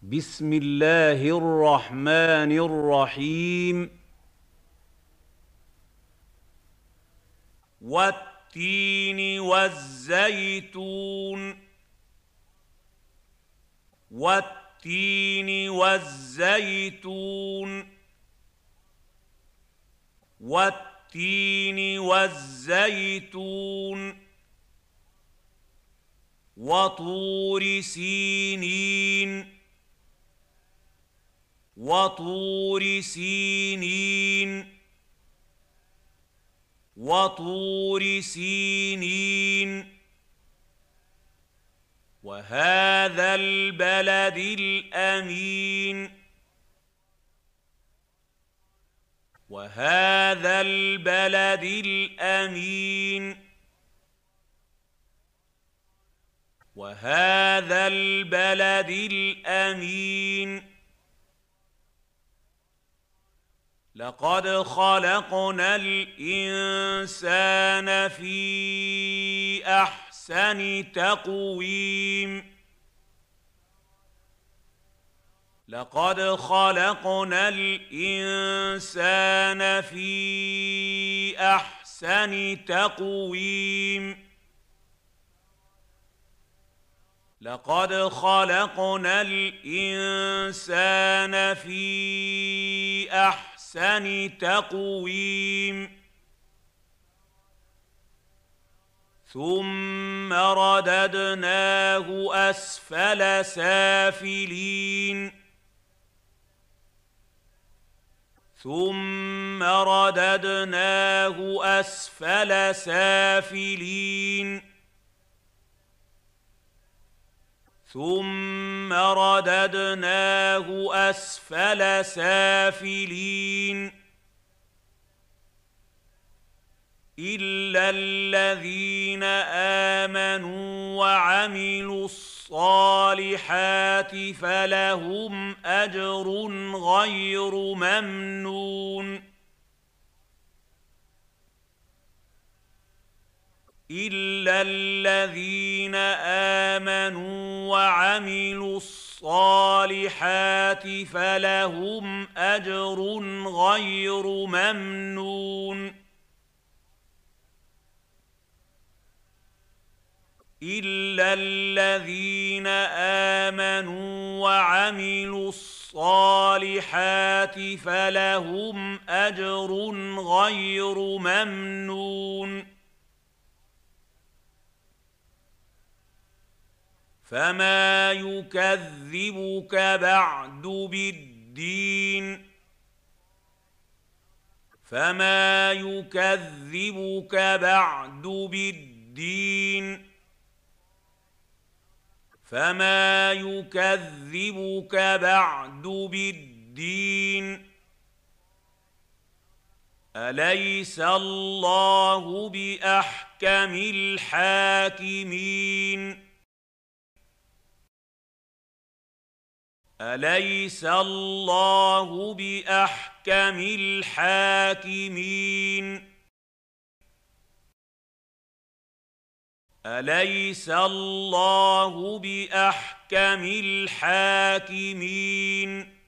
بسم الله الرحمن الرحيم. والتين والزيتون والتين والزيتون والتين والزيتون وطور سينين وطور سينين وطور سينين وهذا البلد الأمين وهذا البلد الأمين وهذا البلد الأمين لقد خلقنا الإنسان في أحسن تقويم لقد خلقنا الإنسان في أحسن تقويم لقد خلقنا الإنسان في أحسن تقويم ثم رددناه أسفل سافلين ثم رددناه أسفل سافلين ثم رددناه أسفل سافلين إلا الذين آمنوا وعملوا الصالحات فلهم أجر غير ممنون إلا الذين آمنوا وعملوا الصالحات فلهم أجر غير ممنون إلا الذين آمنوا وعملوا الصالحات فلهم أجر غير ممنون فما يكذبك بعد بالدين فما يكذبك بعد بالدين فما يكذبك بعد بالدين أليس الله بأحكم الحاكمين أليس الله بأحكم الحاكمين أليس الله بأحكم الحاكمين